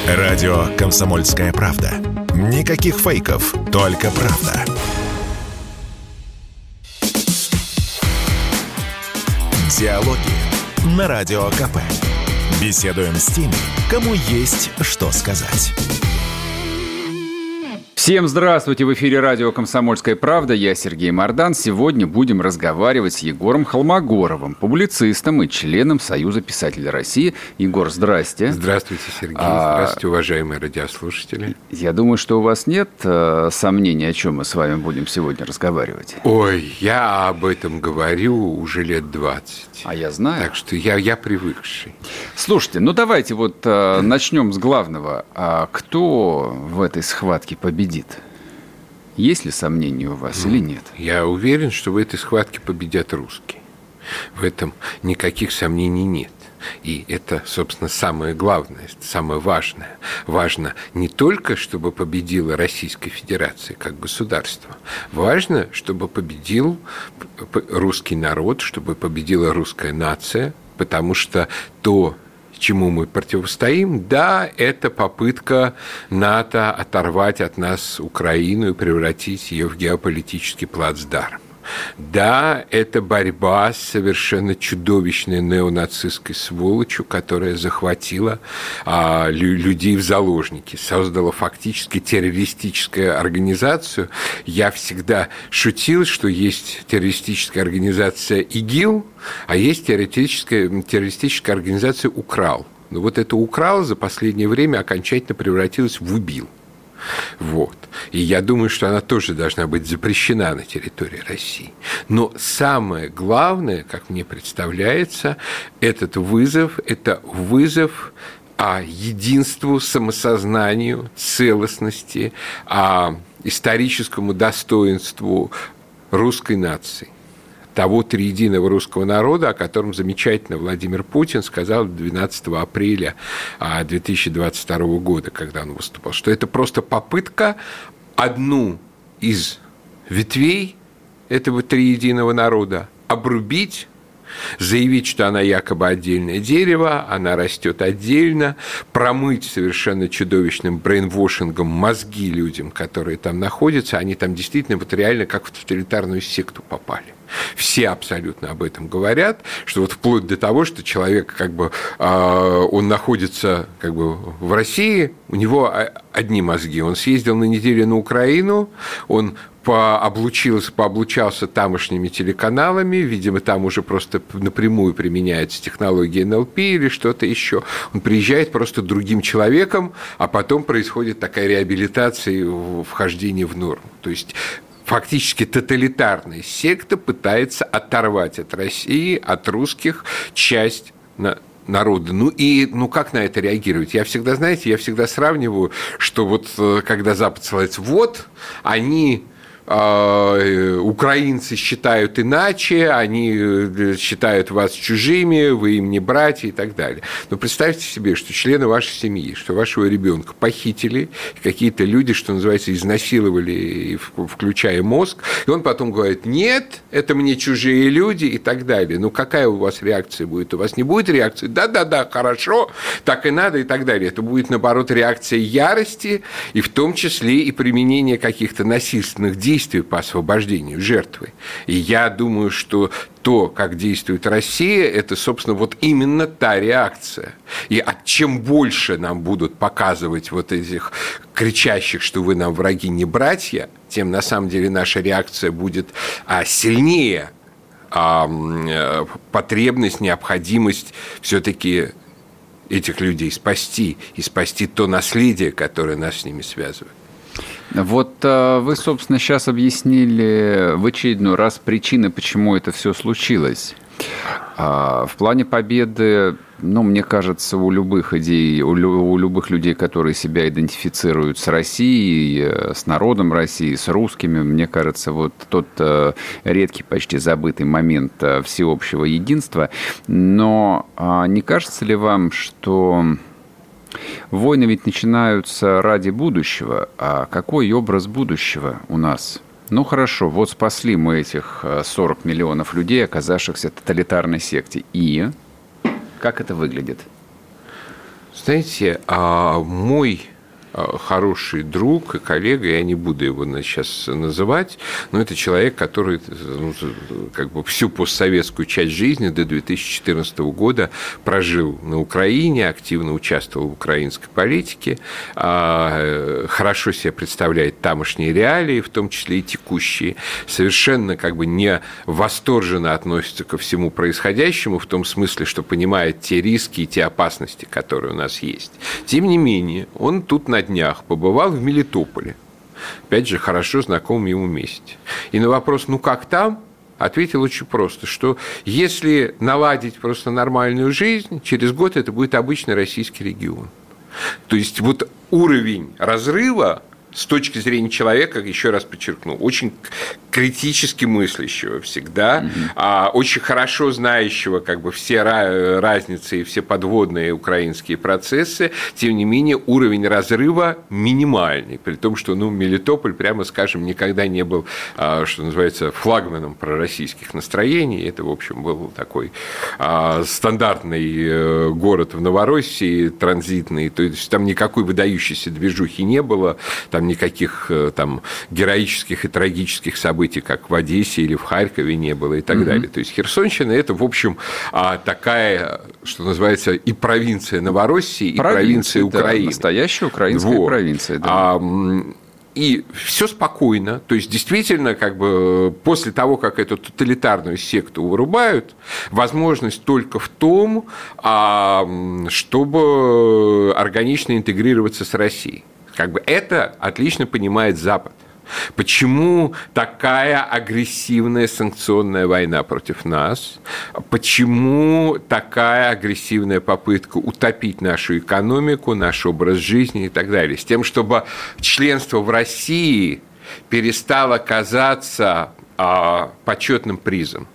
Радио «Комсомольская правда». Никаких фейков, только правда. Диалоги на Радио КП. Беседуем с теми, кому есть что сказать. Всем здравствуйте! В эфире радио «Комсомольская правда». Я Сергей Мордан. Сегодня будем разговаривать с Егором Холмогоровым, публицистом и членом Союза писателей России. Егор, здрасте. Здравствуйте, Сергей. Здравствуйте, уважаемые радиослушатели. Я думаю, что у вас нет сомнений, о чем мы с вами будем сегодня разговаривать. Ой, я об этом говорю уже лет 20. А я знаю. Так что я привыкший. Слушайте, ну давайте вот начнем с главного. Кто в этой схватке победит? Есть ли сомнения у вас или нет? Я уверен, что в этой схватке победят русские. В этом никаких сомнений нет. И это, собственно, самое главное, самое важное. Важно не только, чтобы победила Российская Федерация как государство. Важно, чтобы победил русский народ, чтобы победила русская нация, потому что то, чему мы противостоим, да, это попытка НАТО оторвать от нас Украину и превратить ее в геополитический плацдарм. Да, это борьба с совершенно чудовищной неонацистской сволочью, которая захватила людей в заложники, создала фактически террористическую организацию. Я всегда шутил, что есть террористическая организация ИГИЛ, а есть террористическая организация УКРАЛ. Но вот это УКРАЛ за последнее время окончательно превратилась в УБИЛ. Вот. И я думаю, что она тоже должна быть запрещена на территории России. Но самое главное, как мне представляется, этот вызов – это вызов единству, самосознанию, целостности, историческому достоинству русской нации. Того триединого русского народа, о котором замечательно Владимир Путин сказал 12 апреля 2022 года, когда он выступал, что это просто попытка одну из ветвей этого триединого народа обрубить, заявить, что она якобы отдельное дерево, она растет отдельно, промыть совершенно чудовищным брейнвошингом мозги людям, которые там находятся, они там действительно вот реально как в тоталитарную секту попали. Все абсолютно об этом говорят, что вот вплоть до того, что человек он находится в России, у него одни мозги. Он съездил на неделю на Украину, он пооблучался тамошними телеканалами, видимо, там уже просто напрямую применяется технология НЛП или что-то еще. Он приезжает просто другим человеком, а потом происходит такая реабилитация и вхождение в норму. То есть фактически тоталитарная секта пытается оторвать от России, от русских часть народа. Как на это реагировать? Я всегда сравниваю, что вот когда Запад ссылается, они... украинцы считают иначе, они считают вас чужими, вы им не братья и так далее. Но представьте себе, что члены вашей семьи, что вашего ребенка похитили, какие-то люди, что называется, изнасиловали, включая мозг, и он потом говорит: нет, это мне чужие люди и так далее. Какая у вас реакция будет? У вас не будет реакции? Да, хорошо, так и надо и так далее. Это будет, наоборот, реакция ярости, и в том числе и применение каких-то насильственных действий по освобождению жертвы. И я думаю, что то, как действует Россия, это, собственно, вот именно та реакция. И чем больше нам будут показывать вот этих кричащих, что вы нам враги, не братья, тем, на самом деле, наша реакция будет сильнее, потребность, необходимость все-таки этих людей спасти и спасти то наследие, которое нас с ними связывает. Вот вы, собственно, сейчас объяснили в очередной раз причины, почему это все случилось. В плане победы, мне кажется, у любых идей, у любых людей, которые себя идентифицируют с Россией, с народом России, с русскими, мне кажется, вот тот редкий, почти забытый момент всеобщего единства. Но не кажется ли вам, что войны ведь начинаются ради будущего. А какой образ будущего у нас? Хорошо, вот спасли мы этих 40 миллионов людей, оказавшихся в тоталитарной секте. И как это выглядит? Знаете, мой хороший друг и коллега, я не буду его сейчас называть, но это человек, который как бы всю постсоветскую часть жизни до 2014 года прожил на Украине, активно участвовал в украинской политике, хорошо себе представляет тамошние реалии, в том числе и текущие, совершенно как бы не восторженно относится ко всему происходящему, в том смысле, что понимает те риски и те опасности, которые у нас есть. Тем не менее, он тут на днях побывал в Мелитополе, опять же, хорошо знакомом ему месте. И на вопрос «ну как там?» ответил очень просто, что если наладить просто нормальную жизнь, через год это будет обычный российский регион. То есть вот уровень разрыва с точки зрения человека, еще раз подчеркну, очень критически мыслящего всегда, очень хорошо знающего как бы все разницы и все подводные украинские процессы, тем не менее уровень разрыва минимальный, при том, что Мелитополь, прямо скажем, никогда не был, что называется, флагманом пророссийских настроений, это, в общем, был такой стандартный город в Новороссии, транзитный, то есть там никакой выдающейся движухи не было, там никаких там героических и трагических событий, как в Одессе или в Харькове, не было и так далее. То есть Херсонщина – это, в общем, такая, что называется, и провинция Новороссии, и провинция Украины. Да, настоящая украинская провинция. Да. И все спокойно. То есть, действительно, как бы после того, как эту тоталитарную секту вырубают, возможность только в том, чтобы органично интегрироваться с Россией. Как бы это отлично понимает Запад. Почему такая агрессивная санкционная война против нас? Почему такая агрессивная попытка утопить нашу экономику, наш образ жизни и так далее? С тем, чтобы членство в России перестало казаться почетным призом.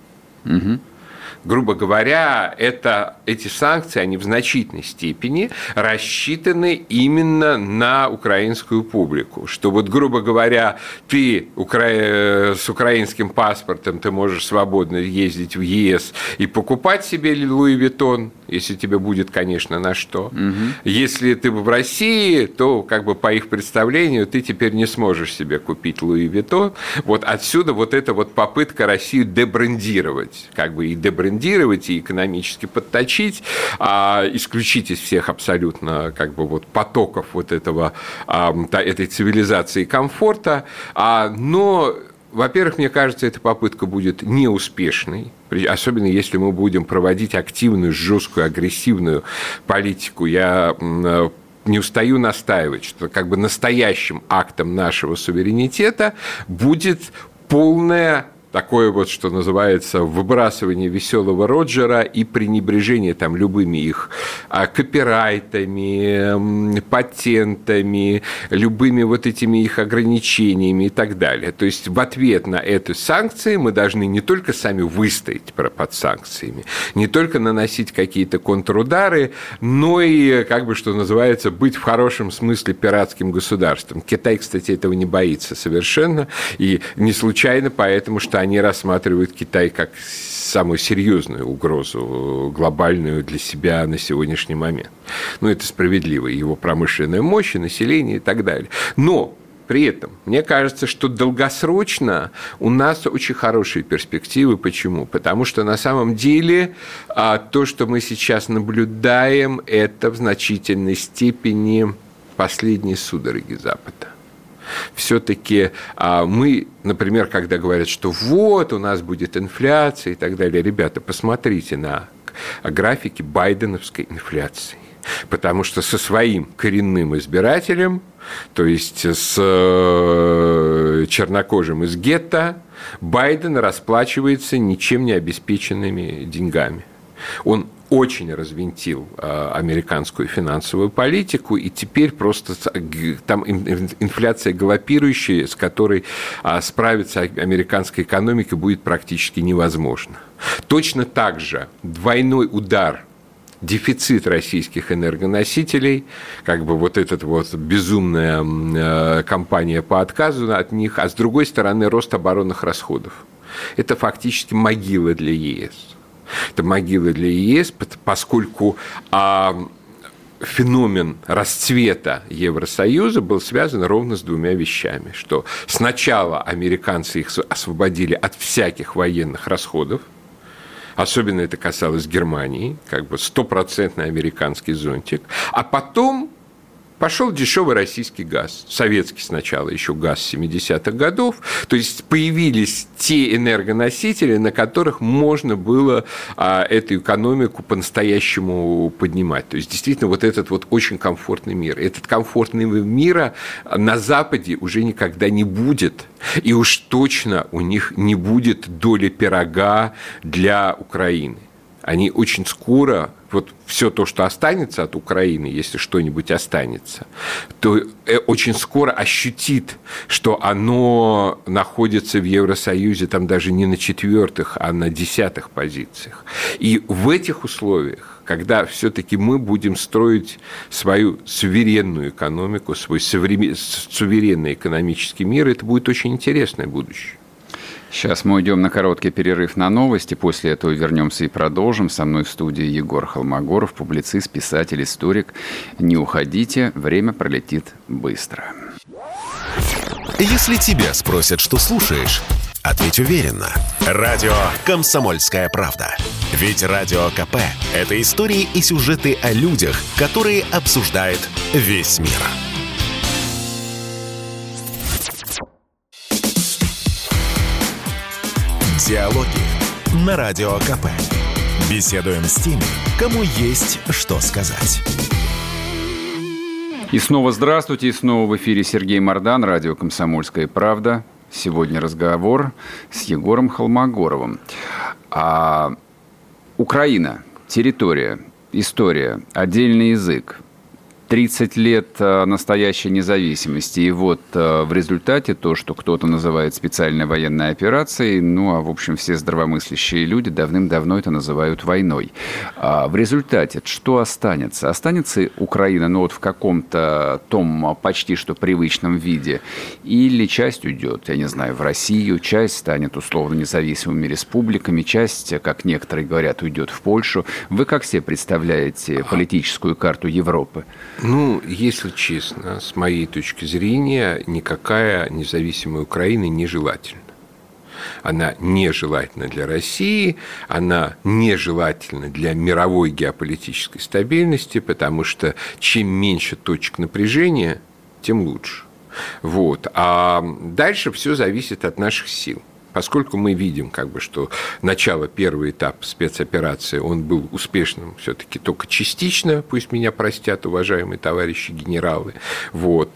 Грубо говоря, эти санкции, они в значительной степени рассчитаны именно на украинскую публику. Что вот, грубо говоря, ты с украинским паспортом ты можешь свободно ездить в ЕС и покупать себе Луи Виттон, если тебе будет, конечно, на что. Если ты в России, то как бы по их представлению ты теперь не сможешь себе купить Луи Виттон. Вот отсюда вот эта вот попытка Россию дебрендировать, как бы и дебрендировать, и экономически подточить, исключить из всех абсолютно как бы вот потоков вот этой цивилизации и комфорта. Но, во-первых, мне кажется, эта попытка будет неуспешной, особенно если мы будем проводить активную, жесткую, агрессивную политику. Я не устаю настаивать, что как бы настоящим актом нашего суверенитета будет полное такое вот, что называется, выбрасывание веселого Роджера и пренебрежение там любыми их копирайтами, патентами, любыми вот этими их ограничениями и так далее. То есть в ответ на эти санкции мы должны не только сами выстоять под санкциями, не только наносить какие-то контрудары, но и, как бы, что называется, быть в хорошем смысле пиратским государством. Китай, кстати, этого не боится совершенно, и не случайно, поэтому что они рассматривают Китай как самую серьезную угрозу глобальную для себя на сегодняшний момент. Это справедливо, его промышленная мощь, население и так далее. Но при этом, мне кажется, что долгосрочно у нас очень хорошие перспективы. Почему? Потому что на самом деле то, что мы сейчас наблюдаем, это в значительной степени последние судороги Запада. Все-таки мы, например, когда говорят, что вот у нас будет инфляция и так далее, ребята, посмотрите на графики байденовской инфляции. Потому что со своим коренным избирателем, то есть с чернокожим из гетто, Байден расплачивается ничем не обеспеченными деньгами. Он очень развинтил американскую финансовую политику, и теперь просто там инфляция галопирующая, с которой справиться американской экономике будет практически невозможно. Точно так же двойной удар, дефицит российских энергоносителей, как бы вот эта вот безумная кампания по отказу от них, а с другой стороны рост оборонных расходов. Это фактически могила для ЕС. Это могила для ЕС, поскольку феномен расцвета Евросоюза был связан ровно с двумя вещами, что сначала американцы их освободили от всяких военных расходов, особенно это касалось Германии, как бы 100% американский зонтик, а потом пошел дешевый российский газ, советский сначала, еще газ 70-х годов, то есть появились те энергоносители, на которых можно было эту экономику по-настоящему поднимать. То есть действительно вот этот вот очень комфортный мир. Этот комфортный мир на Западе уже никогда не будет, и уж точно у них не будет доли пирога для Украины. Они очень скоро, вот все то, что останется от Украины, если что-нибудь останется, то очень скоро ощутит, что оно находится в Евросоюзе там даже не на 4-х, а на 10-х позициях. И в этих условиях, когда все-таки мы будем строить свою суверенную экономику, свой суверенный экономический мир, это будет очень интересное будущее. Сейчас мы уйдем на короткий перерыв на новости. После этого вернемся и продолжим. Со мной в студии Егор Холмогоров, публицист, писатель, историк. Не уходите, время пролетит быстро. Если тебя спросят, что слушаешь, ответь уверенно. Радио «Комсомольская правда». Ведь Радио КП – это истории и сюжеты о людях, которые обсуждает весь мир. Диалоги на Радио КП. Беседуем с теми, кому есть что сказать. И снова здравствуйте. И снова в эфире Сергей Мордан, радио «Комсомольская правда». Сегодня разговор с Егором Холмогоровым. Украина, территория, история, отдельный язык. 30 лет настоящей независимости. И вот в результате то, что кто-то называет специальной военной операцией, ну, а в общем все здравомыслящие люди давным-давно это называют войной. В результате что останется? Останется Украина, ну, вот в каком-то том почти что привычном виде? Или часть уйдет, я не знаю, в Россию, часть станет условно независимыми республиками, часть, как некоторые говорят, уйдет в Польшу. Вы как себе представляете политическую карту Европы? Ну, если честно, с моей точки зрения, никакая независимая Украина нежелательна. Она нежелательна для России, она нежелательна для мировой геополитической стабильности, потому что чем меньше точек напряжения, тем лучше. Вот. А дальше все зависит от наших сил. Поскольку мы видим, что начало, первый этап спецоперации, он был успешным все-таки только частично, пусть меня простят, уважаемые товарищи генералы, вот.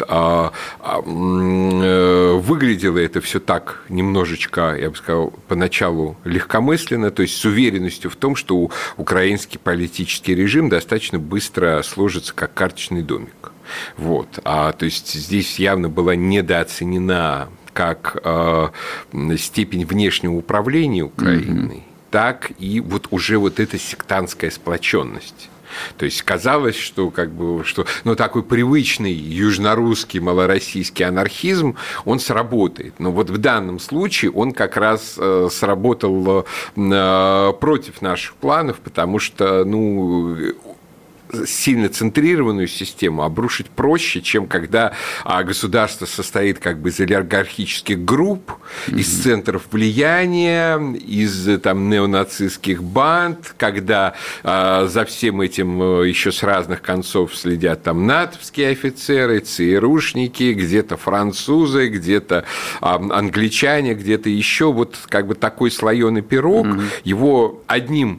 Выглядело это все так немножечко, я бы сказал, поначалу легкомысленно, то есть с уверенностью в том, что украинский политический режим достаточно быстро сложится как карточный домик. Вот. То есть здесь явно была недооценена как степень внешнего управления Украиной, так и вот уже вот эта сектантская сплоченность. То есть казалось, что такой привычный южнорусский, малороссийский анархизм, он сработает. Но вот в данном случае он как раз сработал против наших планов, потому что, сильно центрированную систему обрушить проще, чем когда государство состоит из олигархических групп, из центров влияния, из неонацистских банд, когда за всем этим еще с разных концов следят натовские офицеры, ЦРУшники, где-то французы, где-то англичане, где-то еще. Вот такой слоеный пирог, его одним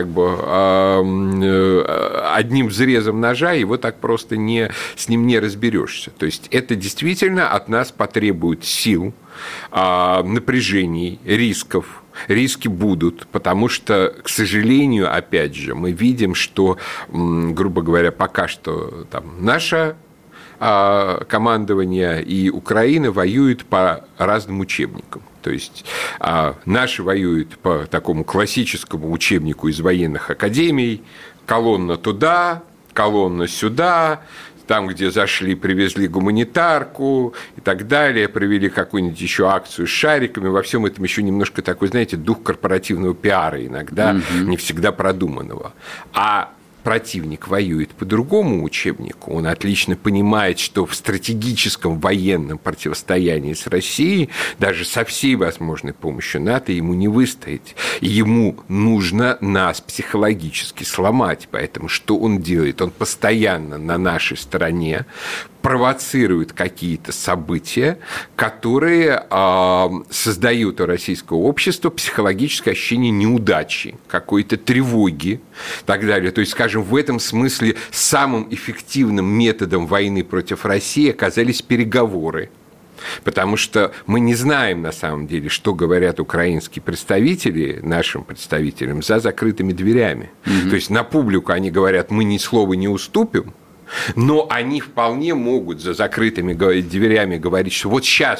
взрезом ножа его так просто с ним не разберешься. То есть это действительно от нас потребует сил, напряжений, рисков. Риски будут, потому что, к сожалению, опять же, мы видим, что, грубо говоря, пока что наше командование и Украина воюют по разным учебникам. То есть наши воюют по такому классическому учебнику из военных академий: колонна туда, колонна сюда, там, где зашли, привезли гуманитарку и так далее, провели какую-нибудь еще акцию с шариками. Во всем этом еще немножко такой, дух корпоративного пиара иногда, не всегда продуманного. А противник воюет по другому учебнику, он отлично понимает, что в стратегическом военном противостоянии с Россией даже со всей возможной помощью НАТО ему не выстоять. И ему нужно нас психологически сломать. Поэтому что он делает? Он постоянно на нашей стороне, провоцирует какие-то события, которые создают у российского общества психологическое ощущение неудачи, какой-то тревоги и так далее. То есть, скажем, в этом смысле самым эффективным методом войны против России оказались переговоры. Потому что мы не знаем, на самом деле, что говорят украинские представители нашим представителям за закрытыми дверями. То есть, на публику они говорят, мы ни слова не уступим, но они вполне могут за закрытыми дверями говорить, что вот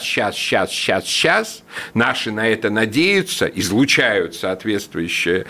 сейчас наши на это надеются, излучают соответствующее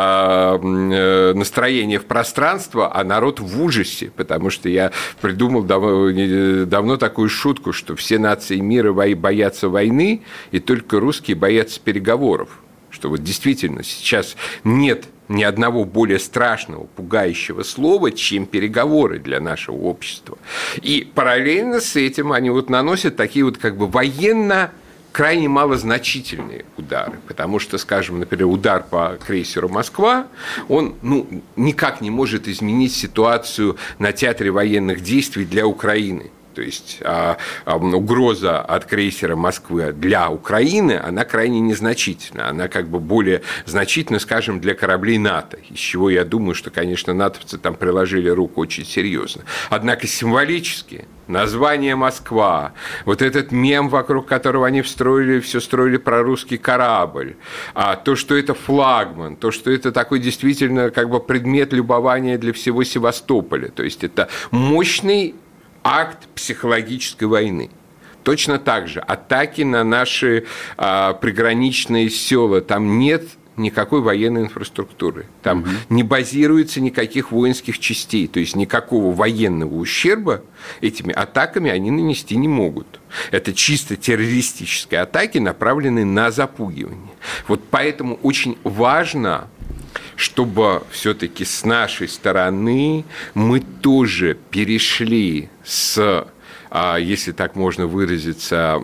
настроение в пространство, а народ в ужасе, потому что я придумал давно такую шутку, что все нации мира боятся войны, и только русские боятся переговоров. Что вот действительно сейчас нет ни одного более страшного, пугающего слова, чем переговоры для нашего общества. И параллельно с этим они вот наносят такие вот как бы военно крайне малозначительные удары, потому что, скажем, например, удар по крейсеру «Москва», он никак не может изменить ситуацию на театре военных действий для Украины. То есть угроза от крейсера «Москвы» для Украины, она крайне незначительна. Она как бы более значительна, скажем, для кораблей НАТО, из чего я думаю, что, конечно, натовцы там приложили руку очень серьезно. Однако символически название «Москва», вот этот мем, вокруг которого они все строили про русский корабль, то, что это флагман, то, что это такой действительно как бы предмет любования для всего Севастополя. То есть это мощный акт психологической войны. Точно так же атаки на наши приграничные села. Там нет никакой военной инфраструктуры. Там не базируется никаких воинских частей. То есть никакого военного ущерба этими атаками они нанести не могут. Это чисто террористические атаки, направленные на запугивание. Вот поэтому очень важно, чтобы все-таки с нашей стороны мы тоже перешли с, если так можно выразиться,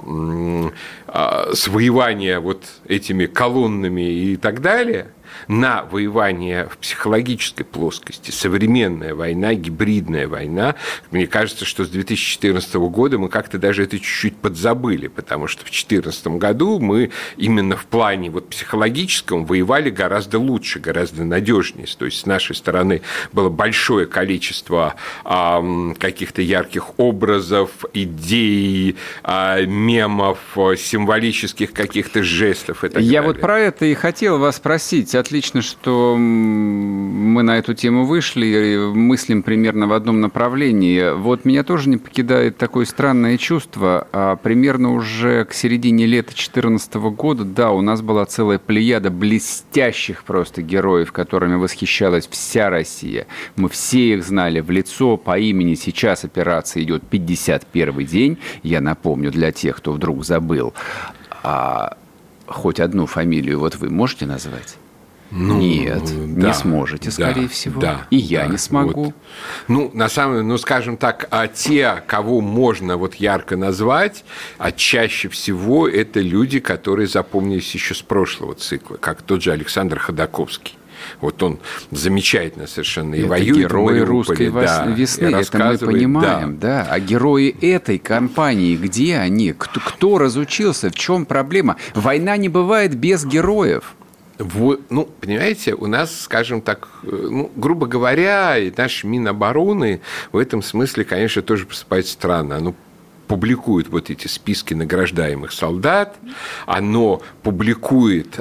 с воевания вот этими колоннами и так далее, на воевание в психологической плоскости, современная война, гибридная война. Мне кажется, что с 2014 года мы как-то даже это чуть-чуть подзабыли, потому что в 2014 году мы именно в плане вот психологическом воевали гораздо лучше, гораздо надежнее. То есть с нашей стороны было большое количество каких-то ярких образов, идей, мемов, символических каких-то жестов и так далее. Я вот про это и хотел вас спросить. Отлично, что мы на эту тему вышли и мыслим примерно в одном направлении. Вот меня тоже не покидает такое странное чувство. Примерно уже к середине лета 2014 года, да, у нас была целая плеяда блестящих просто героев, которыми восхищалась вся Россия. Мы все их знали в лицо, по имени. Сейчас операция идет 51-й день. Я напомню для тех, кто вдруг забыл. Хоть одну фамилию вот вы можете назвать? Нет, да, не сможете, скорее всего. Да, и я не смогу. Вот. На самом деле, скажем так, те, кого можно вот ярко назвать, чаще всего это люди, которые запомнились еще с прошлого цикла, как тот же Александр Ходаковский. Вот он замечательно совершенно и воюет. Герои русской весны, это мы понимаем, да. А герои этой кампании, где они? Кто разучился? В чем проблема? Война не бывает без героев. Понимаете, у нас, скажем так, грубо говоря, и наш Минобороны в этом смысле, конечно, тоже поступает странно. Оно публикует вот эти списки награждаемых солдат, оно публикует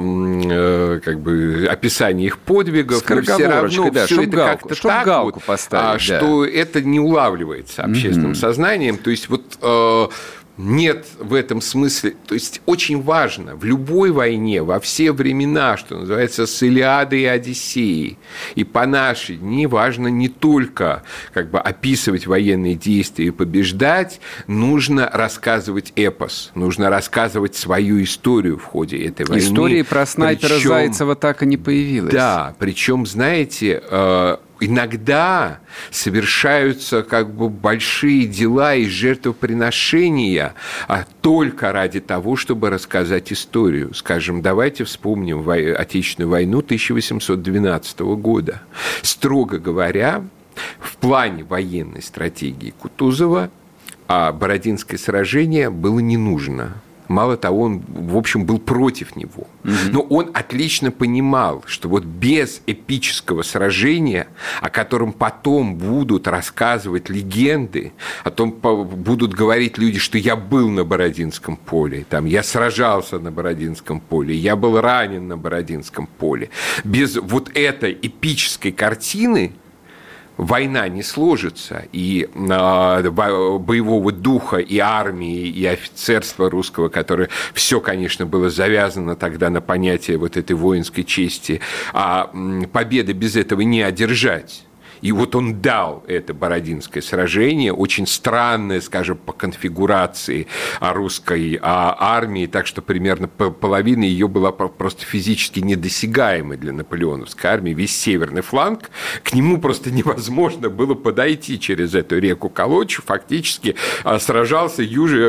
описание их подвигов, но все равно все это как-то так галку поставить, что это не улавливается общественным сознанием. То есть нет в этом смысле, то есть очень важно в любой войне, во все времена, что называется, с Илиадой и Одиссеей, и по наши дни важно не только описывать военные действия и побеждать, нужно рассказывать эпос, нужно рассказывать свою историю в ходе этой войны. Истории про снайпера Зайцева так и не появилась. Да, причем, знаете, иногда совершаются как бы большие дела и жертвоприношения только ради того, чтобы рассказать историю. Скажем, давайте вспомним Отечественную войну 1812 года. Строго говоря, в плане военной стратегии Кутузова Бородинское сражение было не нужно. Мало того, он, в общем, был против него. Но он отлично понимал, что вот без эпического сражения, о котором потом будут рассказывать легенды, о том будут говорить люди, что я был на Бородинском поле, там, я сражался на Бородинском поле, я был ранен на Бородинском поле. Без вот этой эпической картины война не сложится, и боевого духа и армии, и офицерства русского, которое все, конечно, было завязано тогда на понятие вот этой воинской чести, а победы без этого не одержать. И вот он дал это Бородинское сражение, очень странное, скажем, по конфигурации русской армии, так что примерно половина ее была просто физически недосягаемой для наполеоновской армии. Весь северный фланг, к нему просто невозможно было подойти через эту реку Колочу. Фактически сражался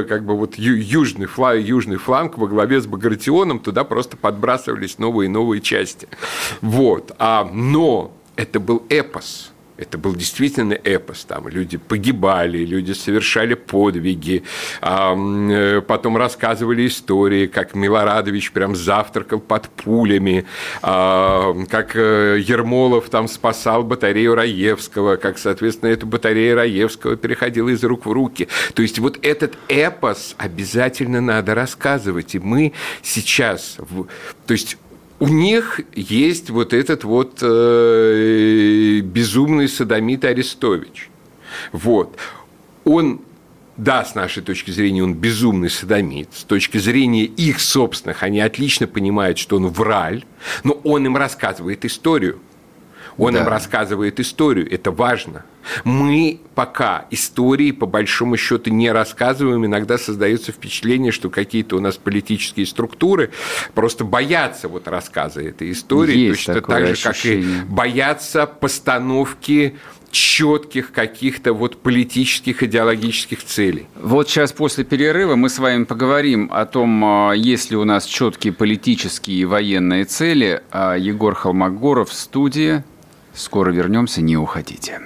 южный фланг во главе с Багратионом, туда просто подбрасывались новые и новые части. Вот. Но это был эпос. Это был действительно эпос. Там люди погибали, люди совершали подвиги, потом рассказывали истории, как Милорадович прям завтракал под пулями, как Ермолов там спасал батарею Раевского, как, соответственно, эта батарея Раевского переходила из рук в руки. То есть вот этот эпос обязательно надо рассказывать. И мы сейчас... То есть у них есть вот этот вот безумный содомит Арестович. Вот. Он, да, с нашей точки зрения, он безумный содомит. С точки зрения их собственных, они отлично понимают, что он враль, но он им рассказывает историю. Он им рассказывает историю, это важно. Мы пока истории, по большому счету, не рассказываем. Иногда создается впечатление, что какие-то у нас политические структуры просто боятся вот рассказа этой истории. Есть точно так же, ощущение. Как и боятся постановки четких каких-то вот политических, идеологических целей. Вот сейчас после перерыва мы с вами поговорим о том, есть ли у нас четкие политические и военные цели. Егор Холмогоров в студии. Скоро вернемся, не уходите.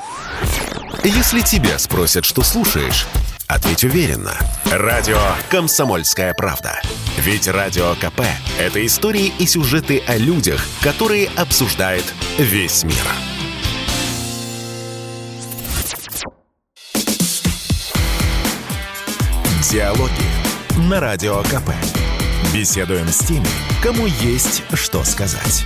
Если тебя спросят, что слушаешь, ответь уверенно. Радио «Комсомольская правда». Ведь Радио КП – это истории и сюжеты о людях, которые обсуждает весь мир. Диалоги на Радио КП. Беседуем с теми, кому есть что сказать.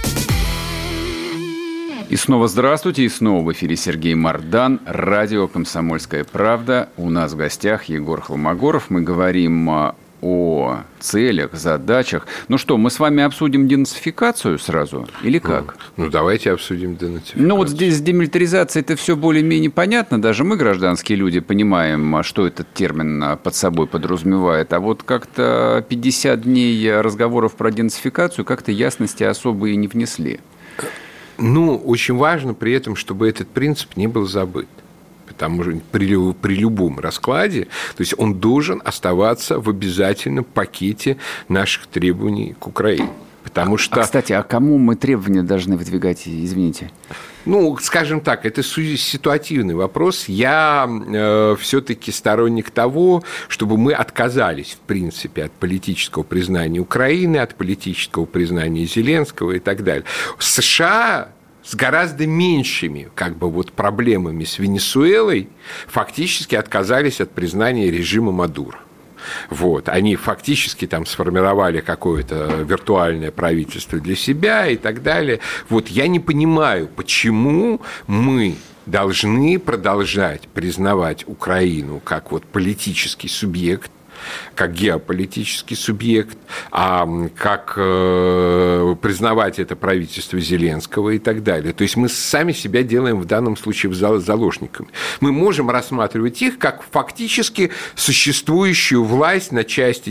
И снова здравствуйте, и снова в эфире Сергей Мардан, радио «Комсомольская правда». У нас в гостях Егор Холмогоров. Мы говорим о целях, задачах. Ну что, мы с вами обсудим денацификацию сразу или как? Ну, давайте обсудим денацификацию. Ну, вот здесь с демилитаризацией это все более-менее понятно. Даже мы, гражданские люди, понимаем, что этот термин под собой подразумевает. А вот как-то 50 дней разговоров про денацификацию как-то ясности особо и не внесли. Ну, очень важно при этом, чтобы этот принцип не был забыт. Потому что при любом раскладе, то есть он должен оставаться в обязательном пакете наших требований к Украине. Потому что... кстати, а кому мы требования должны выдвигать, извините? Ну, скажем так, это ситуативный вопрос. Я все-таки сторонник того, чтобы мы отказались, в принципе, от политического признания Украины, от политического признания Зеленского и так далее. США с гораздо меньшими проблемами с Венесуэлой фактически отказались от признания режима Мадуро. Вот. Они фактически там сформировали какое-то виртуальное правительство для себя и так далее. Вот. Я не понимаю, почему мы должны продолжать признавать Украину как вот политический субъект, как геополитический субъект, а как признавать это правительство Зеленского и так далее. То есть мы сами себя делаем в данном случае заложниками. Мы можем рассматривать их как фактически существующую власть на части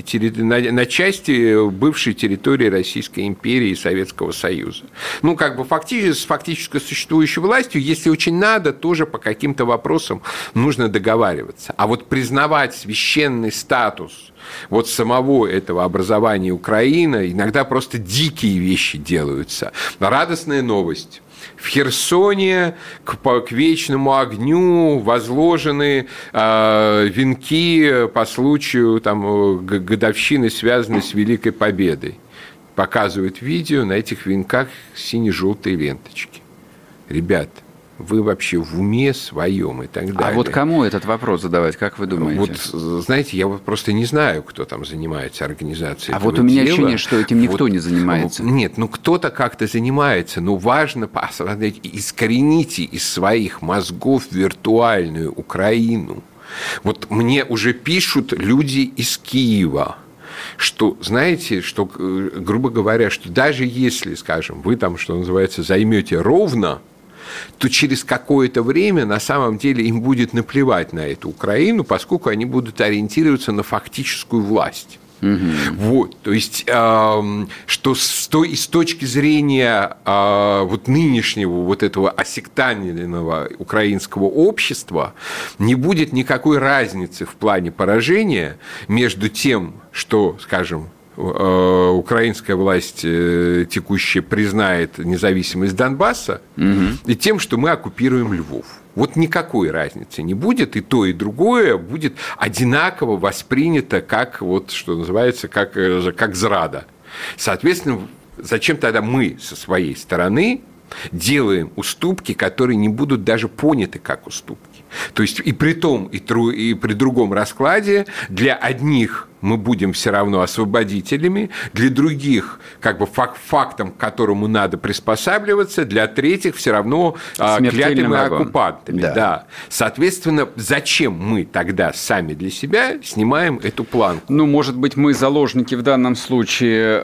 бывшей территории Российской империи и Советского Союза. Ну, как бы с фактически существующей властью, если очень надо, тоже по каким-то вопросам нужно договариваться. А вот признавать священный статус вот самого этого образования Украины, иногда просто дикие вещи делаются. Радостная новость. В Херсоне к вечному огню возложены венки по случаю годовщины, связанной с Великой Победой. Показывают видео, на этих венках сине-желтые ленточки. Ребят, вы вообще в уме своем и так далее. А вот кому этот вопрос задавать, как вы думаете? Вот, знаете, я вот просто не знаю, кто там занимается организацией этого вот у меня дела. ощущение, что этим никто не занимается. Нет, кто-то как-то занимается, но важно искорените из своих мозгов виртуальную Украину. Вот мне уже пишут люди из Киева, что, знаете, что, грубо говоря, что даже если, скажем, вы там, что называется, займете ровно, то через какое-то время на самом деле им будет наплевать на эту Украину, поскольку они будут ориентироваться на фактическую власть. Вот, то есть, что с точки зрения вот нынешнего вот этого осектаненного украинского общества не будет никакой разницы в плане поражения между тем, что, скажем, украинская власть текущая признает независимость Донбасса, и тем, что мы оккупируем Львов. Вот никакой разницы не будет, и то, и другое будет одинаково воспринято как, вот, что называется, как зрада. Соответственно, зачем тогда мы со своей стороны делаем уступки, которые не будут даже поняты как уступки? То есть и при том, и при другом раскладе для одних мы будем все равно освободителями, для других как бы фактом, к которому надо приспосабливаться, для третьих все равно клятыми оккупантами. Да. Соответственно, зачем мы тогда сами для себя снимаем эту планку? Ну, может быть, мы заложники в данном случае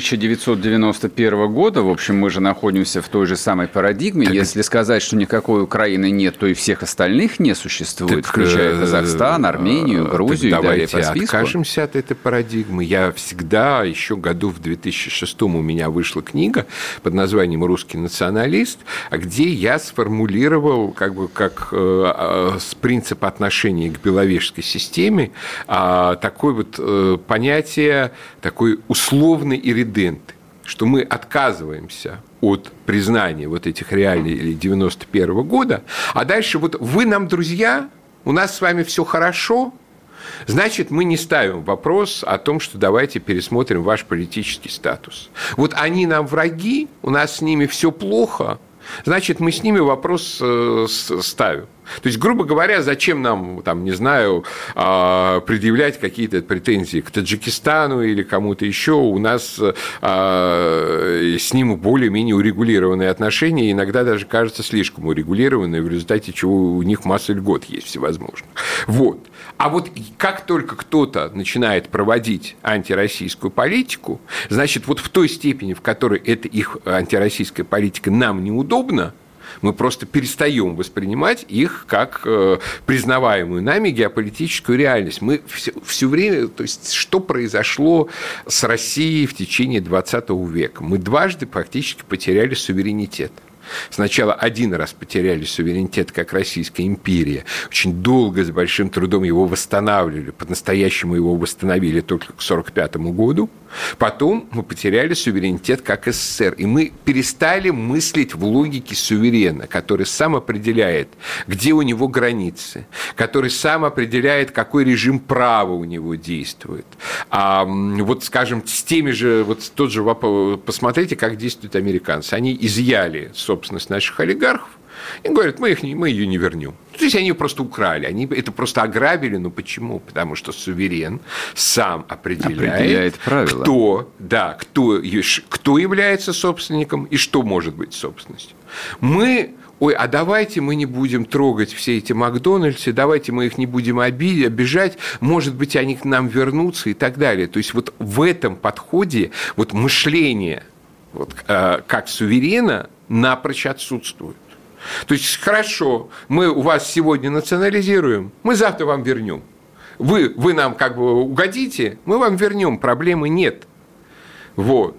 1991 года, в общем, мы же находимся в той же самой парадигме. Так... Если сказать, что никакой Украины нет, то и всех остальных не существует, включая Казахстан, Армению, Грузию и далее по списку. Давайте откажемся от этой парадигмы. Я всегда, еще году в 2006 у меня вышла книга под названием «Русский националист», где я сформулировал как принцип отношения к Беловежской системе такое вот понятие такой условной ирреденты, что мы отказываемся от признания вот этих реалий 91 года, а дальше вот вы нам друзья, у нас с вами все хорошо, значит, мы не ставим вопрос о том, что давайте пересмотрим ваш политический статус. Вот они нам враги, у нас с ними все плохо, значит, мы с ними вопрос ставим. То есть, грубо говоря, зачем нам, там, не знаю, предъявлять какие-то претензии к Таджикистану или кому-то еще? У нас с ним более-менее урегулированные отношения, иногда даже, кажется, слишком урегулированные, в результате чего у них масса льгот есть всевозможных. Вот. А вот как только кто-то начинает проводить антироссийскую политику, значит, вот в той степени, в которой эта их антироссийская политика нам неудобна, мы просто перестаем воспринимать их как признаваемую нами геополитическую реальность. Мы все время, то есть, что произошло с Россией в течение 20 века? Мы дважды практически потеряли суверенитет. Сначала один раз потеряли суверенитет как Российская империя. Очень долго, с большим трудом его восстанавливали. По-настоящему его восстановили только к 1945 году. Потом мы потеряли суверенитет как СССР. И мы перестали мыслить в логике суверена, который сам определяет, где у него границы, который сам определяет, какой режим права у него действует. А вот, скажем, с теми же, вот тот же вопрос, посмотрите, как действуют американцы. Они изъяли собственность наших олигархов и говорят, мы ее не вернем. То есть они ее просто украли, они это просто ограбили. Но почему? Потому что суверен сам определяет правила. Кто является собственником и что может быть собственностью. Мы ой, а давайте мы не будем трогать все эти Макдональдсы, давайте мы их не будем обижать, может быть, они к нам вернутся и так далее. То есть вот в этом подходе вот мышление вот, как суверена напрочь отсутствует. То есть, хорошо, мы у вас сегодня национализируем, мы завтра вам вернем. Вы нам как бы угодите, мы вам вернем, проблемы нет. Вот.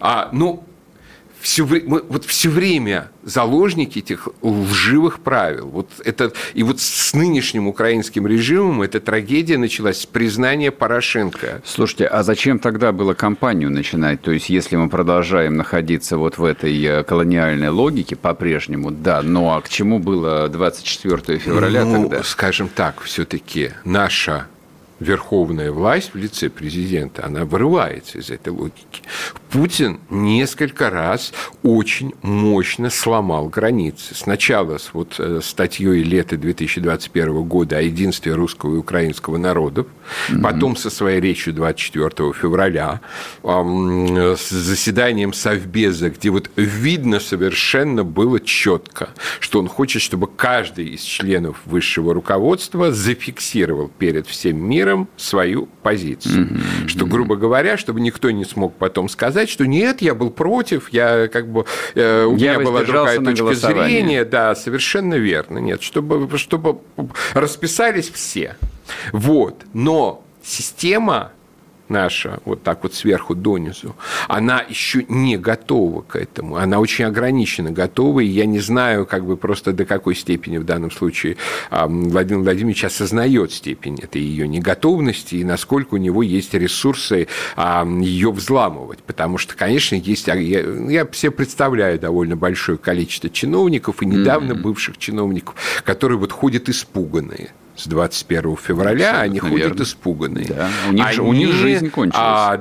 Все время заложники этих лживых правил. И вот с нынешним украинским режимом эта трагедия началась с признания Порошенко. Слушайте, а зачем тогда было кампанию начинать? То есть, если мы продолжаем находиться вот в этой колониальной логике по-прежнему, да, но к чему было 24 февраля тогда? Скажем так, все-таки наша верховная власть в лице президента, она вырывается из этой логики. Путин несколько раз очень мощно сломал границы. Сначала с статьей лета 2021 года о единстве русского и украинского народов, потом со своей речью 24 февраля, с заседанием Совбеза, где вот видно совершенно было четко, что он хочет, чтобы каждый из членов высшего руководства зафиксировал перед всем миром свою позицию. Что, грубо говоря, чтобы никто не смог потом сказать, что нет, я был против, у меня была другая точка зрения. Да, совершенно верно. Нет, чтобы расписались все. Вот. Но система наша, вот так вот сверху донизу, она еще не готова к этому. Она очень ограниченно готова, и я не знаю, просто до какой степени в данном случае Владимир Владимирович осознает степень этой ее неготовности и насколько у него есть ресурсы ее взламывать. Потому что, конечно, есть... Я себе представляю довольно большое количество чиновников, и недавно бывших чиновников, которые вот ходят испуганные. С 21 февраля они ходят испуганные. Да, у них жизнь кончилась.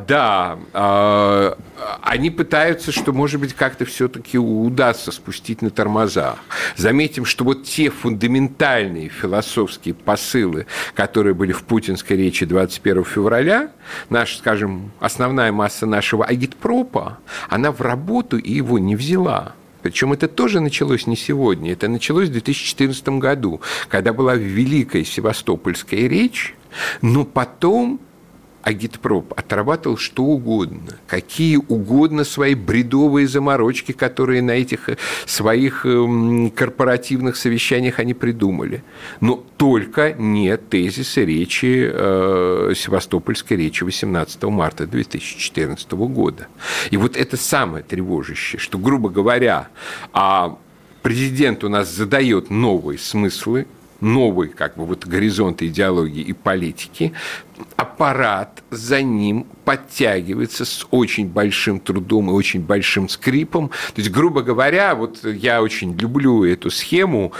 Они пытаются, что, может быть, как-то все-таки удастся спустить на тормозах. Заметим, что вот те фундаментальные философские посылы, которые были в путинской речи 21 февраля, наша, скажем, основная масса нашего агитпропа, она в работу и его не взяла. Причем это тоже началось не сегодня, это началось в 2014 году, когда была великая севастопольская речь, но потом агитпроп отрабатывал что угодно, какие угодно свои бредовые заморочки, которые на этих своих корпоративных совещаниях они придумали. Но только не тезисы речи, севастопольской речи 18 марта 2014 года. И вот это самое тревожащее, что, грубо говоря, президент у нас задает новые смыслы, новый горизонт идеологии и политики, аппарат за ним подтягивается с очень большим трудом и очень большим скрипом. То есть, грубо говоря, я очень люблю эту схему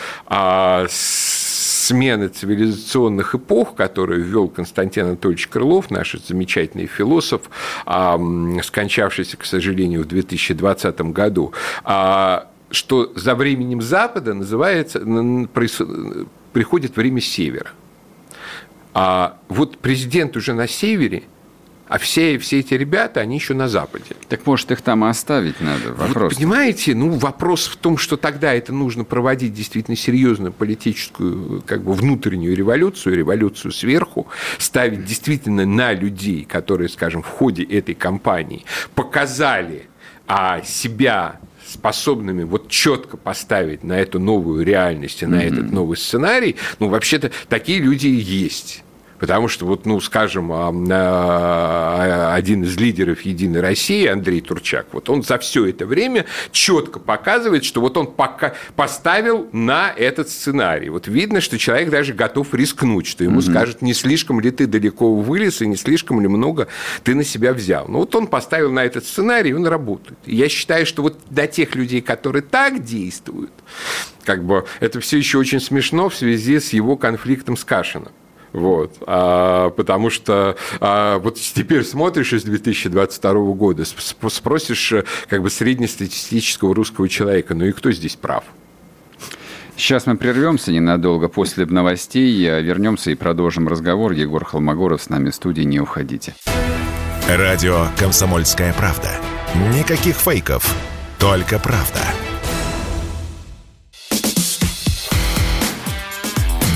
смены цивилизационных эпох, которую ввел Константин Анатольевич Крылов, наш замечательный философ, скончавшийся, к сожалению, в 2020 году, что за временем Запада приходит время Севера. Вот президент уже на Севере, а все эти ребята, они еще на Западе. Так, может, их там и оставить надо? Вопрос. Понимаете, вопрос в том, что тогда это нужно проводить действительно серьезную политическую, внутреннюю революцию сверху, ставить действительно на людей, которые, скажем, в ходе этой кампании показали себя способными четко поставить на эту новую реальность и на этот новый сценарий, вообще-то такие люди и есть. Потому что, скажем, один из лидеров «Единой России», Андрей Турчак, он за все это время четко показывает, что он поставил на этот сценарий. Видно, что человек даже готов рискнуть, что ему скажут, не слишком ли ты далеко вылез и не слишком ли много ты на себя взял. Он поставил на этот сценарий, и он работает. И я считаю, что для тех людей, которые так действуют, это все еще очень смешно в связи с его конфликтом с Кашиным. Потому что теперь смотришь из 2022 года, спросишь среднестатистического русского человека, и кто здесь прав? Сейчас мы прервемся ненадолго, после новостей вернемся и продолжим разговор. Егор Холмогоров с нами в студии, не уходите. Радио «Комсомольская правда». Никаких фейков, только правда.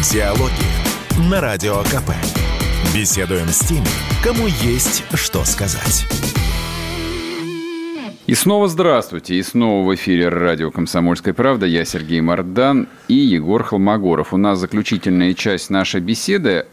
Диалоги на Радио КП. Беседуем с теми, кому есть что сказать. И снова здравствуйте. И снова в эфире радио «Комсомольская правда». Я Сергей Мардан и Егор Холмогоров. У нас заключительная часть нашей беседы.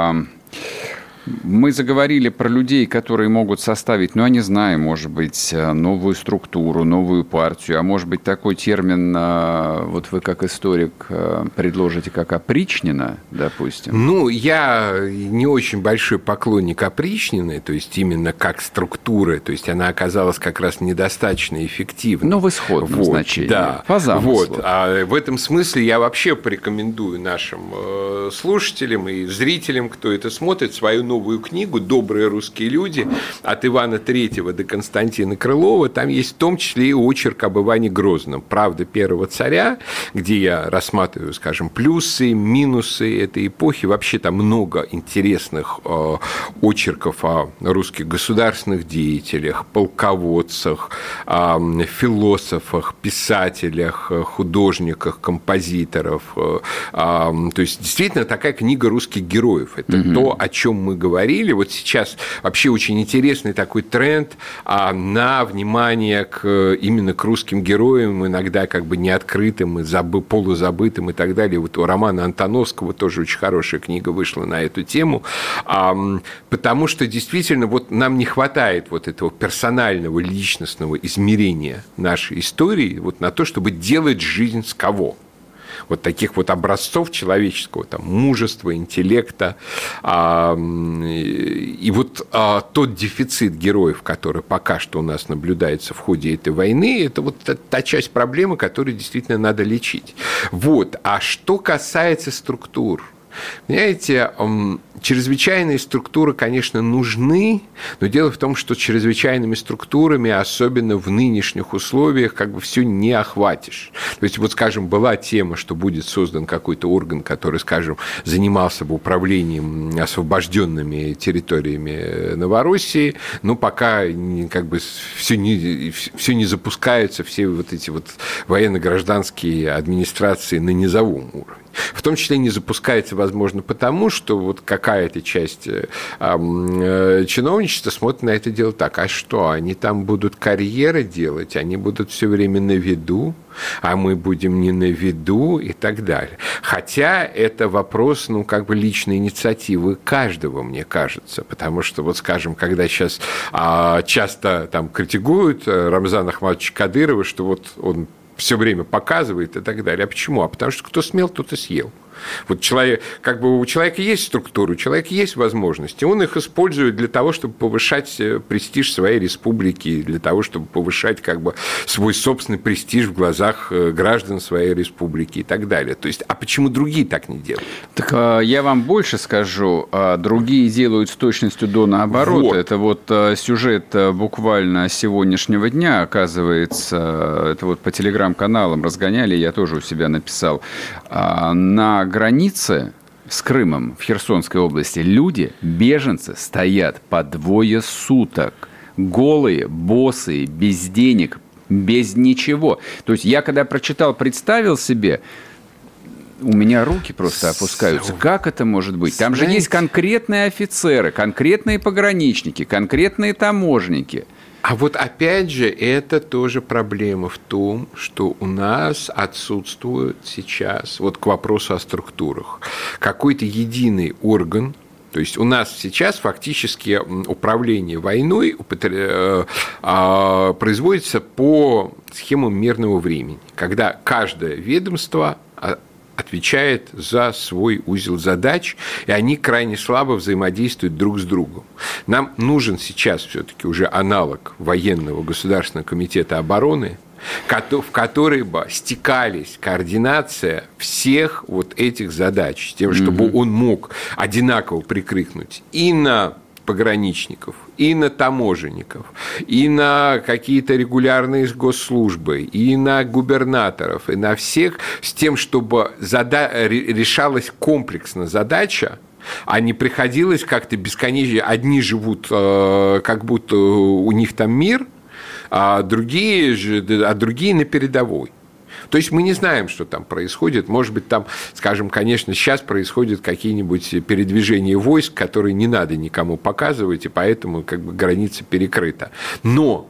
Мы заговорили про людей, которые могут составить, ну, я не знаю, может быть, новую структуру, новую партию, а может быть, такой термин, вот вы как историк предложите, как опричнина, допустим. Ну, я не очень большой поклонник опричнины, то есть именно как структуры, то есть она оказалась как раз недостаточно эффективной. Но в исходном значении, да. по замыслу. Вот. А в этом смысле я вообще порекомендую нашим слушателям и зрителям, кто это смотрит, свою новую книгу «Добрые русские люди» от Ивана III до Константина Крылова. Там есть в том числе и очерк об Иване Грозном «Правда первого царя», где я рассматриваю, скажем, плюсы, минусы этой эпохи. Вообще там много интересных очерков о русских государственных деятелях, полководцах, философах, писателях, художниках, композиторов. То есть действительно такая книга русских героев. Это то, о чем мы говорили. Вот сейчас вообще очень интересный такой тренд на внимание именно к русским героям, иногда как бы неоткрытым, полузабытым и так далее. Вот у Романа Антоновского тоже очень хорошая книга вышла на эту тему, потому что действительно вот нам не хватает вот этого персонального, личностного измерения нашей истории вот на то, чтобы делать жизнь с кого. Вот таких вот образцов человеческого, там, мужества, интеллекта. И вот тот дефицит героев, который пока что у нас наблюдается в ходе этой войны, это вот та часть проблемы, которую действительно надо лечить. Вот. А что касается структур, понимаете, чрезвычайные структуры, конечно, нужны, но дело в том, что чрезвычайными структурами, особенно в нынешних условиях, как бы все не охватишь. То есть, вот, скажем, была тема, что будет создан какой-то орган, который, скажем, занимался бы управлением освобожденными территориями Новороссии, но пока как бы все не запускаются, все вот эти вот военно-гражданские администрации на низовом уровне. В том числе не запускается, возможно, потому, что вот какая-то часть чиновничества смотрит на это дело так: а что, они там будут карьеры делать, они будут все время на виду, а мы будем не на виду и так далее. Хотя это вопрос, ну, как бы личной инициативы каждого, мне кажется, потому что, вот, скажем, когда сейчас часто там критикуют Рамзана Ахматовича Кадырова, что вот он все время показывает и так далее. А почему? А потому что кто смел, тот и съел. Вот человек, как бы у человека есть структура, у человека есть возможности, он их использует для того, чтобы повышать престиж своей республики, для того, чтобы повышать как бы свой собственный престиж в глазах граждан своей республики и так далее. То есть, а почему другие так не делают? Так я вам больше скажу, другие делают с точностью до наоборот. Вот. Это вот сюжет буквально сегодняшнего дня, оказывается, это вот по телеграм-каналам разгоняли, я тоже у себя написал, на границе с Крымом в Херсонской области люди, беженцы, стоят по 2 суток. Голые, босые, без денег, без ничего. То есть я когда прочитал, представил себе, у меня руки просто опускаются. Как это может быть? Там же есть конкретные офицеры, конкретные пограничники, конкретные таможенники. А вот опять же, это тоже проблема в том, что у нас отсутствует сейчас, вот к вопросу о структурах, какой-то единый орган. То есть у нас сейчас фактически управление войной производится по схемам мирного времени, когда каждое ведомство отвечает за свой узел задач, и они крайне слабо взаимодействуют друг с другом. Нам нужен сейчас все-таки уже аналог военного государственного комитета обороны, в который бы стекались координация всех вот этих задач, с тем, чтобы он мог одинаково прикрикнуть и на пограничников, и на таможенников, и на какие-то регулярные госслужбы, и на губернаторов, и на всех, с тем, чтобы решалась комплексно задача, а не приходилось как-то бесконечно. Одни живут, как будто у них там мир, а другие на передовой. То есть мы не знаем, что там происходит. Может быть, там, скажем, конечно, сейчас происходят какие-нибудь передвижения войск, которые не надо никому показывать, и поэтому как бы граница перекрыта. Но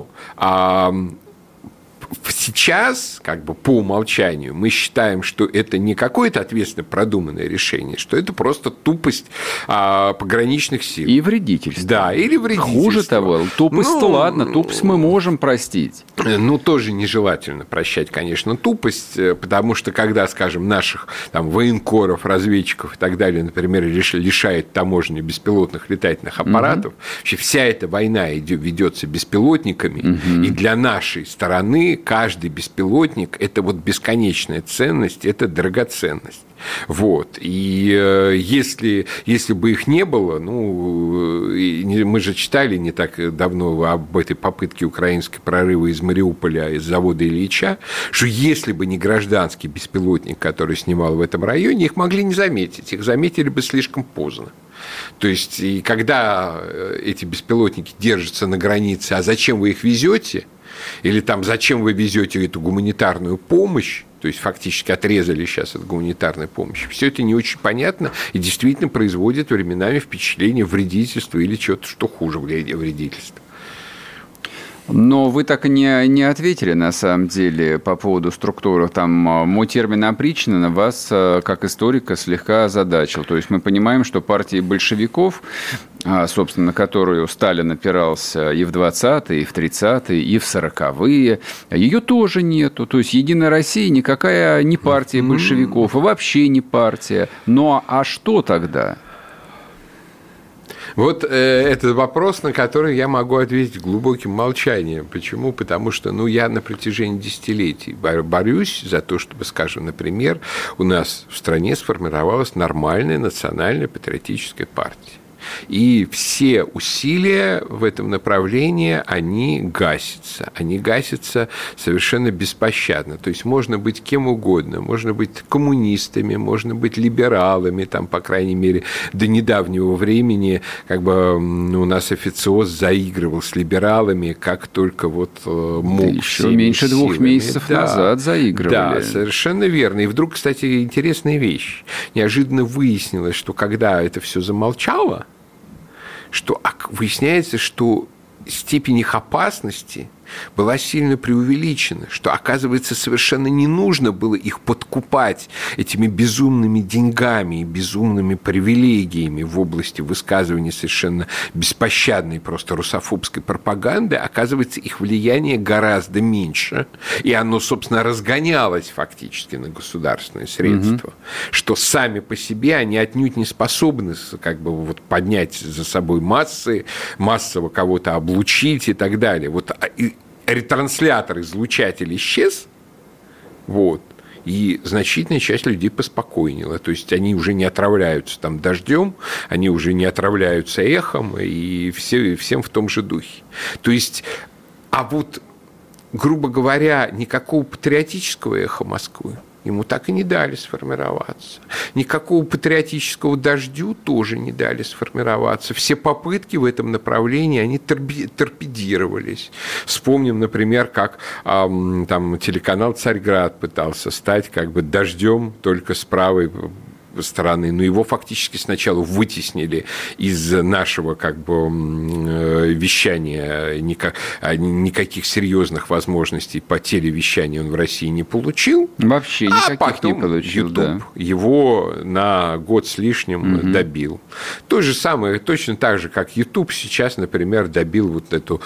сейчас, как бы по умолчанию, мы считаем, что это не какое-то ответственно продуманное решение, что это просто тупость пограничных сил. И вредительство. Да, или вредительство. Хуже того, тупость-то ладно, тупость мы можем простить. Ну, тоже нежелательно прощать, конечно, тупость, потому что когда, скажем, наших там военкоров, разведчиков и так далее, например, лишает таможни беспилотных летательных аппаратов, вообще вся эта война ведется беспилотниками, и для нашей стороны каждый беспилотник – это вот бесконечная ценность, это драгоценность. Вот. И если бы их не было, ну, мы же читали не так давно об этой попытке украинской прорыва из Мариуполя, из завода Ильича, что если бы не гражданский беспилотник, который снимал в этом районе, их могли не заметить, их заметили бы слишком поздно. То есть, и когда эти беспилотники держатся на границе, а зачем вы их везете? Или там, зачем вы везете эту гуманитарную помощь, то есть фактически отрезали сейчас от гуманитарной помощи. Все это не очень понятно и действительно производит временами впечатление вредительства или чего-то, что хуже вредительства. Но вы так и не ответили, на самом деле, по поводу структуры. Там мой термин «опричнина» вас, как историка, слегка озадачил. То есть мы понимаем, что партии большевиков, собственно, на которую Сталин опирался и в 20-е, и в 30-е, и в 40-е, ее тоже нету. То есть «Единая Россия» никакая не партия большевиков, и вообще не партия. Ну, а что тогда? Вот это вопрос, на который я могу ответить глубоким молчанием. Почему? Потому что я на протяжении десятилетий борюсь за то, чтобы, скажем, например, у нас в стране сформировалась нормальная национальная патриотическая партия. И все усилия в этом направлении, они гасятся. Они гасятся совершенно беспощадно. То есть можно быть кем угодно. Можно быть коммунистами, можно быть либералами. Там, по крайней мере, до недавнего времени как бы у нас официоз заигрывал с либералами, как только вот мог. Да еще меньше 2 месяцев назад заигрывали. Да, совершенно верно. И вдруг, кстати, интересная вещь. Неожиданно выяснилось, что когда это все замолчало, что выясняется, что степень их опасности была сильно преувеличена, что, оказывается, совершенно не нужно было их подкупать этими безумными деньгами и безумными привилегиями в области высказывания совершенно беспощадной просто русофобской пропаганды. Оказывается, их влияние гораздо меньше, и оно, собственно, разгонялось фактически на государственные средства, что сами по себе они отнюдь не способны как бы вот поднять за собой массы, массово кого-то облучить и так далее. Вот ретранслятор, излучатель исчез, вот, и значительная часть людей поспокойнела. То есть они уже не отравляются там дождем, они уже не отравляются эхом, и всем в том же духе. То есть, а вот, грубо говоря, никакого патриотического эха Москвы ему так и не дали сформироваться. Никакого патриотического дождю тоже не дали сформироваться. Все попытки в этом направлении, они торпедировались. Вспомним, например, как там телеканал «Царьград» пытался стать как бы дождем только с правой стороны, но его фактически сначала вытеснили из нашего как бы вещания, никаких серьезных возможностей по телевещанию он в России не получил. Вообще никаких потом не получил, YouTube его на год с лишним добил. То же самое, точно так же, как YouTube сейчас, например, добил вот эту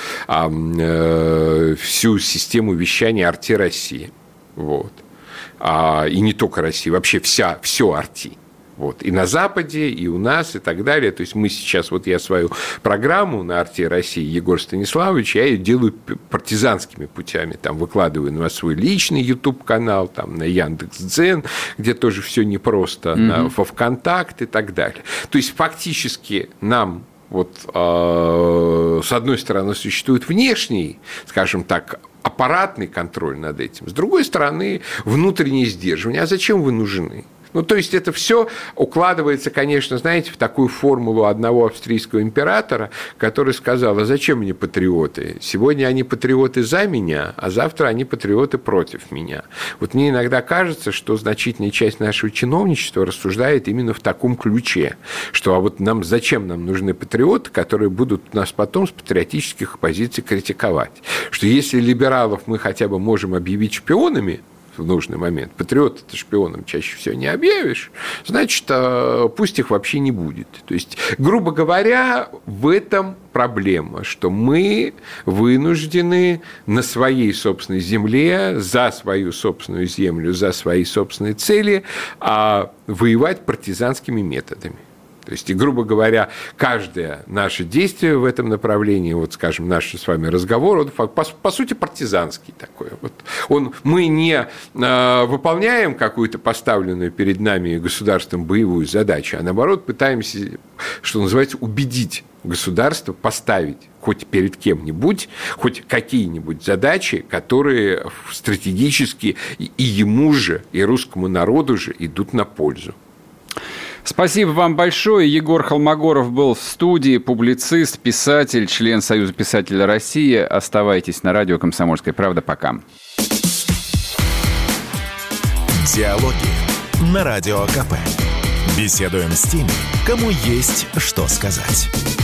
всю систему вещания «Арти России». Вот. И не только Россия, вообще все Арти. Вот. И на Западе, и у нас, и так далее. То есть мы сейчас, вот я свою программу на «Арти России» Егор Станиславович, я ее делаю партизанскими путями. Там выкладываю на свой личный YouTube-канал, там, на Яндекс.Дзен, где тоже все непросто, во ВКонтакте и так далее. То есть фактически нам вот, с одной стороны, существует внешний, скажем так, аппаратный контроль над этим, с другой стороны, внутреннее сдерживание. А зачем вы нужны? Ну, то есть это все укладывается, конечно, знаете, в такую формулу одного австрийского императора, который сказал: а зачем мне патриоты? Сегодня они патриоты за меня, а завтра они патриоты против меня. Вот мне иногда кажется, что значительная часть нашего чиновничества рассуждает именно в таком ключе, что а вот зачем нам нужны патриоты, которые будут нас потом с патриотических позиций критиковать. Что если либералов мы хотя бы можем объявить шпионами в нужный момент, патриота-то шпионом чаще всего не объявишь, значит, пусть их вообще не будет. То есть, грубо говоря, в этом проблема, что мы вынуждены на своей собственной земле, за свою собственную землю, за свои собственные цели воевать партизанскими методами. То есть, и, грубо говоря, каждое наше действие в этом направлении, вот, скажем, наш с вами разговор, он, по сути, партизанский такой. Вот мы не выполняем какую-то поставленную перед нами государством боевую задачу, а, наоборот, пытаемся, что называется, убедить государство поставить хоть перед кем-нибудь, хоть какие-нибудь задачи, которые стратегически и ему же, и русскому народу же идут на пользу. Спасибо вам большое. Егор Холмогоров был в студии, публицист, писатель, член Союза писателей России. Оставайтесь на радио «Комсомольская правда». Пока. Диалоги на Радио КП. Беседуем с теми, кому есть что сказать.